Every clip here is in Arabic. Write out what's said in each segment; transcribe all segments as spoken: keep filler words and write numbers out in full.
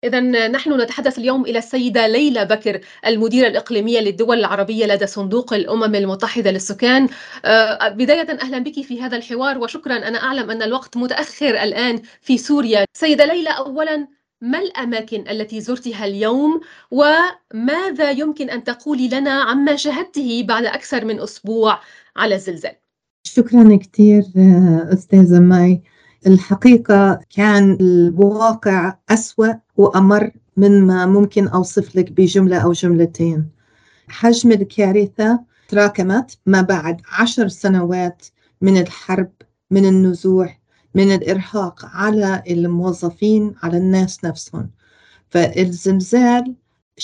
إذا نحن نتحدث اليوم إلى السيدة ليلى بكر، المديرة الإقليمية للدول العربية لدى صندوق الأمم المتحدة للسكان. آآ، بدايةً أهلًا بِكِ في هذا الحوار، وشكرًا. أنا أعلم أن الوقت متأخر الآن في سوريا. سيدة ليلى، أولًا ما الأماكن التي زرتيها اليوم، وماذا يمكن أن تقولي لنا عما شاهدتِ بعد أكثر من أسبوع على الزلزال؟ شكرا كتير آه، أستاذة ماي. الحقيقة كان الواقع أسوأ وأمر من ما ممكن أوصف لك بجملة أو جملتين. حجم الكارثة تراكمت ما بعد عشر سنوات من الحرب، من النزوح، من الإرهاق على الموظفين، على الناس نفسهم. فالزلزال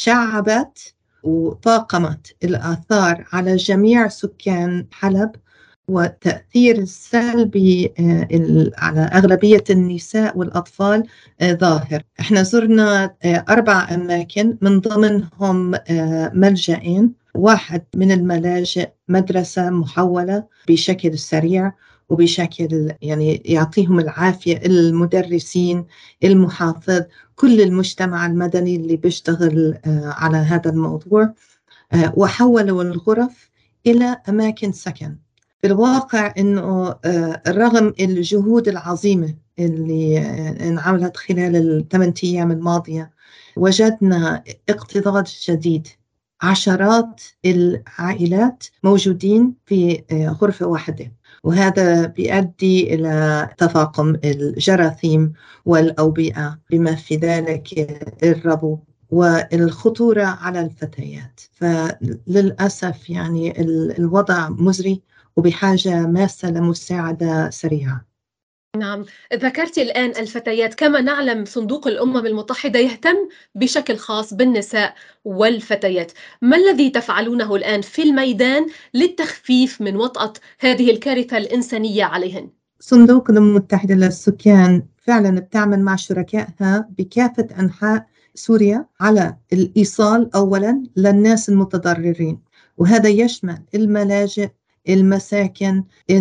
شعبت وطاقمت الآثار على جميع سكان حلب، والتأثير السلبي آه، ال- على أغلبية النساء والأطفال آه، ظاهر. احنا زرنا آه، أربع أماكن، من ضمنهم آه، ملجأين. واحد من الملاجئ مدرسة محولة بشكل سريع وبشكل يعني يعطيهم العافية المدرسين، المحافظ، كل المجتمع المدني اللي بيشتغل آه، على هذا الموضوع. آه، وحولوا الغرف إلى أماكن سكن. في الواقع أنه آه، رغم الجهود العظيمة اللي آه، انعملت خلال الثمان أيام الماضية، وجدنا اكتظاظ جديد. عشرات العائلات موجودين في آه، غرفة واحدة، وهذا بيؤدي إلى تفاقم الجراثيم والأوبئة، بما في ذلك الربو والخطورة على الفتيات. فللأسف يعني الوضع مزري وبحاجة ماسة لمساعدة سريعة. نعم، ذكرتِ الآن الفتيات. كما نعلم صندوق الأمم المتحدة يهتم بشكل خاص بالنساء والفتيات. ما الذي تفعلونه الآن في الميدان للتخفيف من وطأة هذه الكارثة الإنسانية عليهن؟ صندوق الأمم المتحدة للسكان فعلا بتعمل مع شركائها بكافة أنحاء سوريا على الإيصال أولا للناس المتضررين، وهذا يشمل الملاجئ، المساكن،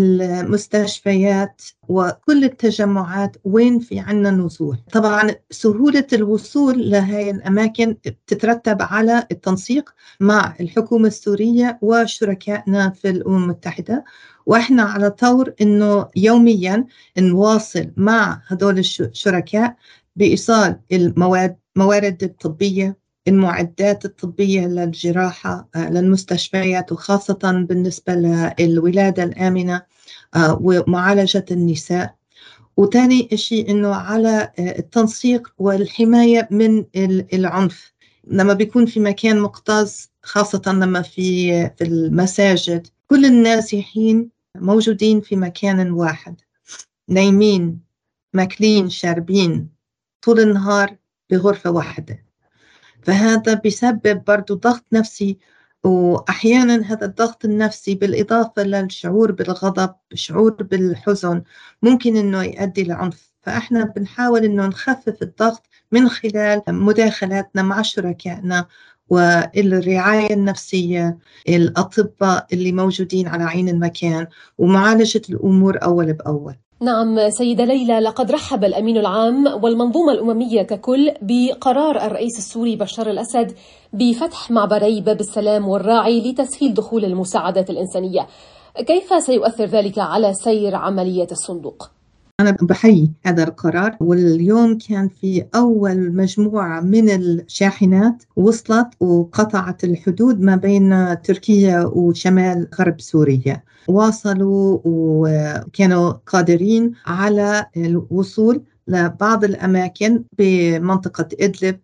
المستشفيات، وكل التجمعات وين في عنا نزوح. طبعا سهولة الوصول لهذه الأماكن تترتب على التنسيق مع الحكومة السورية وشركائنا في الأمم المتحدة، واحنا على طور انه يوميا نواصل مع هدول الشركاء بإيصال المواد موارد الطبية، المعدات الطبية للجراحة آه، للمستشفيات، وخاصة بالنسبة للولادة الآمنة آه، ومعالجة النساء. وتاني شيء إنه على آه، التنسيق والحماية من العنف لما بيكون في مكان مكتظ، خاصة لما في في المساجد كل النازحين موجودين في مكان واحد، نايمين، ماكلين، شاربين طول النهار بغرفة واحدة. فهذا بيسبب برضو ضغط نفسي، وأحيانا هذا الضغط النفسي بالإضافة للشعور بالغضب، شعور بالحزن، ممكن أنه يؤدي لعنف. فإحنا بنحاول أنه نخفف الضغط من خلال مداخلاتنا مع شركائنا والرعاية النفسية، الأطباء اللي موجودين على عين المكان، ومعالجة الأمور أول بأول. نعم سيدة ليلى، لقد رحب الأمين العام والمنظومة الأممية ككل بقرار الرئيس السوري بشار الأسد بفتح معبري باب السلام والراعي لتسهيل دخول المساعدات الإنسانية. كيف سيؤثر ذلك على سير عملية الصندوق؟ أنا بحيي هذا القرار، واليوم كان في أول مجموعة من الشاحنات وصلت وقطعت الحدود ما بين تركيا وشمال غرب سوريا. واصلوا وكانوا قادرين على الوصول لبعض الأماكن بمنطقة إدلب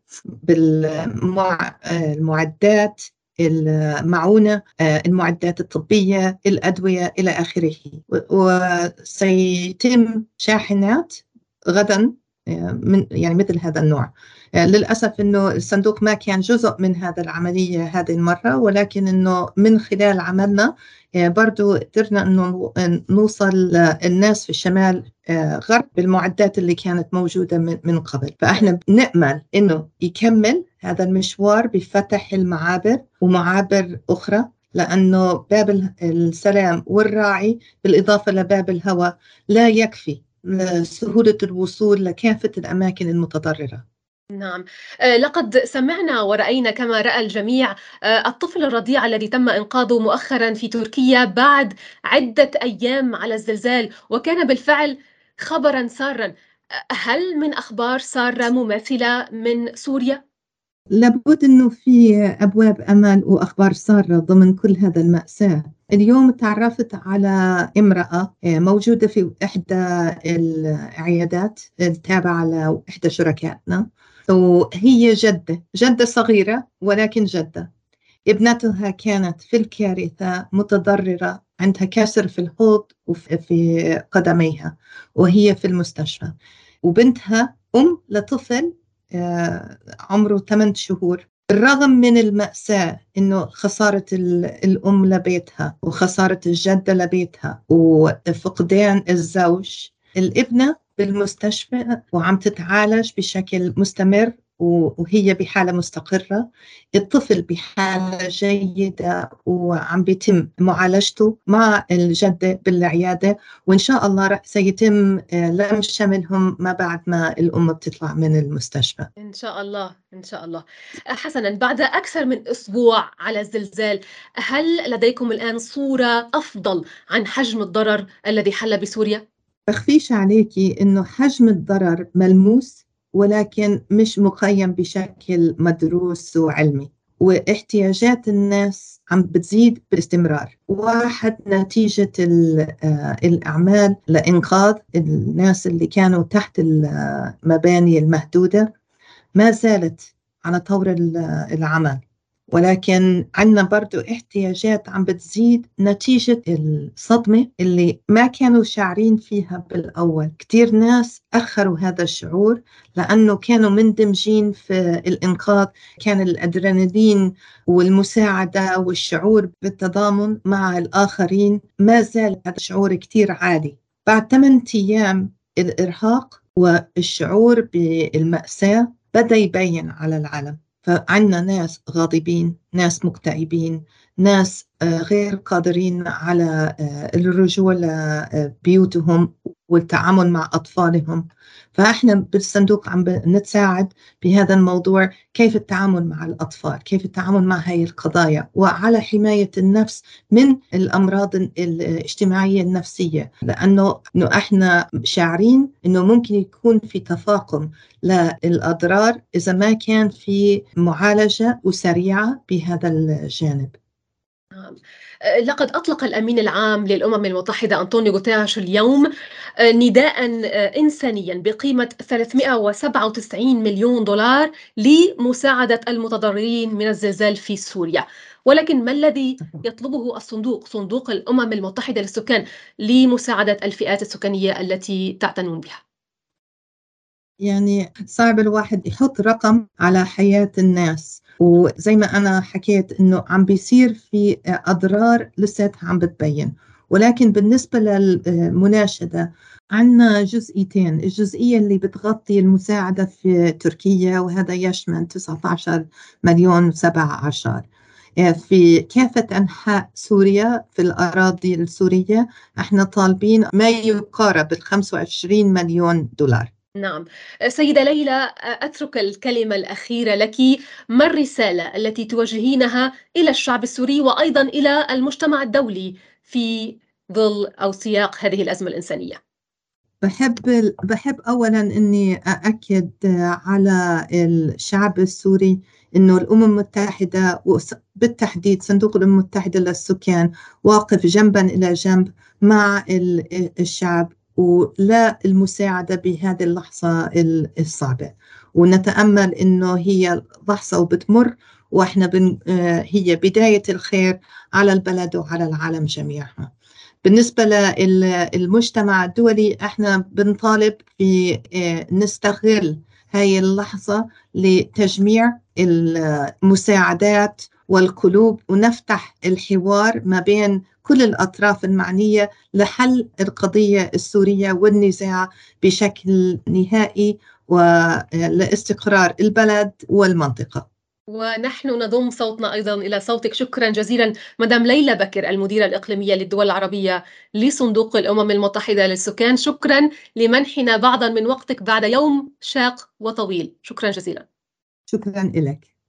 بالمعدات، المعونة، المعدات الطبية، الأدوية إلى آخره. وسيتم شاحنات غدا من يعني مثل هذا النوع. للأسف أنه الصندوق ما كان جزء من هذا العملية هذه المرة، ولكن أنه من خلال عملنا برضو قدرنا أنه نوصل الناس في الشمال غرب بالمعدات اللي كانت موجودة من قبل. فإحنا بنأمل أنه يكمل هذا المشوار بفتح المعابر ومعابر أخرى، لأنه باب السلام والراعي بالإضافة لباب الهواء لا يكفي لسهولة الوصول لكافة الأماكن المتضررة. نعم. آآ لقد سمعنا ورأينا كما رأى الجميع آآ الطفل الرضيع الذي تم إنقاذه مؤخرًا في تركيا بعد عدة أيام على الزلزال، وكان بالفعل خبرًا سارًا. أ هل من أخبار سارة مماثلة من سوريا؟ لابد إنه في أبواب أمل وأخبار سارة ضمن كل هذا المأساة. اليوم تعرفت على امرأة آه، موجودة في إحدى العيادات التابعة لإحدى شركائنا، وهي جدة جدة صغيرة ولكن جدة. ابنتها كانت في الكارثة متضررة، عندها كسر في الحوض وفي في قدميها وهي في المستشفى، وبنتها أم لطفل آه، عمره ثمانية شهور. بالرغم من المأساة إنه خسارة ال- الأم لبيتها وخسارة الجدة لبيتها وفقدان الزوج، الابنة بالمستشفى وعم تتعالج بشكل مستمر وهي بحالة مستقرة. الطفل بحالة جيدة وعم بيتم معالجته مع الجدة بالعيادة، وإن شاء الله رح سيتم آه، لم شملهم ما بعد ما الأم بتطلع من المستشفى. إن شاء الله، إن شاء الله. آآ حسنًا، بعد أكثر من أسبوع على الزلزال، هل لديكم الآن صورة أفضل عن حجم الضرر الذي حل بسوريا؟ بخفيش عليكي إنه حجم الضرر ملموس ولكن مش مقيم بشكل مدروس وعلمي، واحتياجات الناس عم بتزيد باستمرار. واحد نتيجة آه، الأعمال لإنقاذ الناس اللي كانوا تحت المباني المهدودة ما زالت على طور العمل، ولكن عندنا برضو احتياجات عم بتزيد نتيجة الصدمة اللي ما كانوا شاعرين فيها بالأول. كتير ناس أخروا هذا الشعور لأنه كانوا مندمجين في الإنقاذ، كان الأدرينالين والمساعدة والشعور بالتضامن مع الآخرين ما زال هذا الشعور كتير عالي. بعد ثمانية أيام الإرهاق والشعور بالمأساة بدأ يبين على العالم، فعندنا ناس غاضبين، ناس مكتئبين، ناس غير قادرين على الرجوع لبيوتهم والتعامل مع أطفالهم. فإحنا بالصندوق عم نتساعد بهذا الموضوع، كيف التعامل مع الأطفال، كيف التعامل مع هذه القضايا، وعلى حماية النفس من الأمراض الاجتماعية النفسية، لأنه إنه إحنا شاعرين إنه ممكن يكون في تفاقم للأضرار إذا ما كان في معالجة وسريعة بهذا الجانب. نعم. آآ لقد أطلق الأمين العام للأمم المتحدة أنطونيو غوتيريش اليوم آآ نداءً آآ إنسانيًا بقيمة ثلاثمائة وسبعة وتسعين مليون دولار لمساعدة المتضررين من الزلزال في سوريا. ولكن ما الذي يطلبه الصندوق، صندوق الأمم المتحدة للسكان، لمساعدة الفئات السكانية التي تعتنون بها؟ يعني صعب الواحد يحط رقم على حياة الناس، وزي ما أنا حكيت إنه عم بيصير في أضرار لساتها عم بتبين. ولكن بالنسبة للمناشدة عنا جزئيتين، الجزئية اللي بتغطي المساعدة في تركيا وهذا يشمل تسعة عشر مليون وسبعة عشر في كافة أنحاء سوريا. في الأراضي السورية احنا طالبين ما يقارب ال خمسة وعشرين مليون دولار. نعم. سيدة ليلى، أترك الكلمة الأخيرة لكِ. ما الرسالة التي توجهينها إلى الشعب السوري وأيضًا إلى المجتمع الدولي في ظل أو سياق هذه الأزمة الإنسانية؟ بحب بحب أولاً إني أأكد على الشعب السوري إنه الأمم المتحدة وبالتحديد صندوق الأمم المتحدة للسكان واقف جنباً إلى جنب مع الشعب ولا المساعدة بهذه اللحظة الصعبة، ونتأمل إنه هي لحظة وبتمر، وإحنا بن هي بداية الخير على البلد وعلى العالم جميعها. بالنسبة للمجتمع الدولي احنا بنطالب في نستغل هاي اللحظة لتجميع المساعدات والقلوب ونفتح الحوار ما بين كل الأطراف المعنية لحل القضية السورية والنزاع بشكل نهائي ولاستقرار البلد والمنطقة. ونحن نضم صوتنا أيضا إلى صوتك. شكرا جزيلا مدام ليلى بكر، المديرة الإقليمية للدول العربية لصندوق الأمم المتحدة للسكان. شكرا لمنحنا بعضا من وقتك بعد يوم شاق وطويل. شكرا جزيلا. شكرا لك.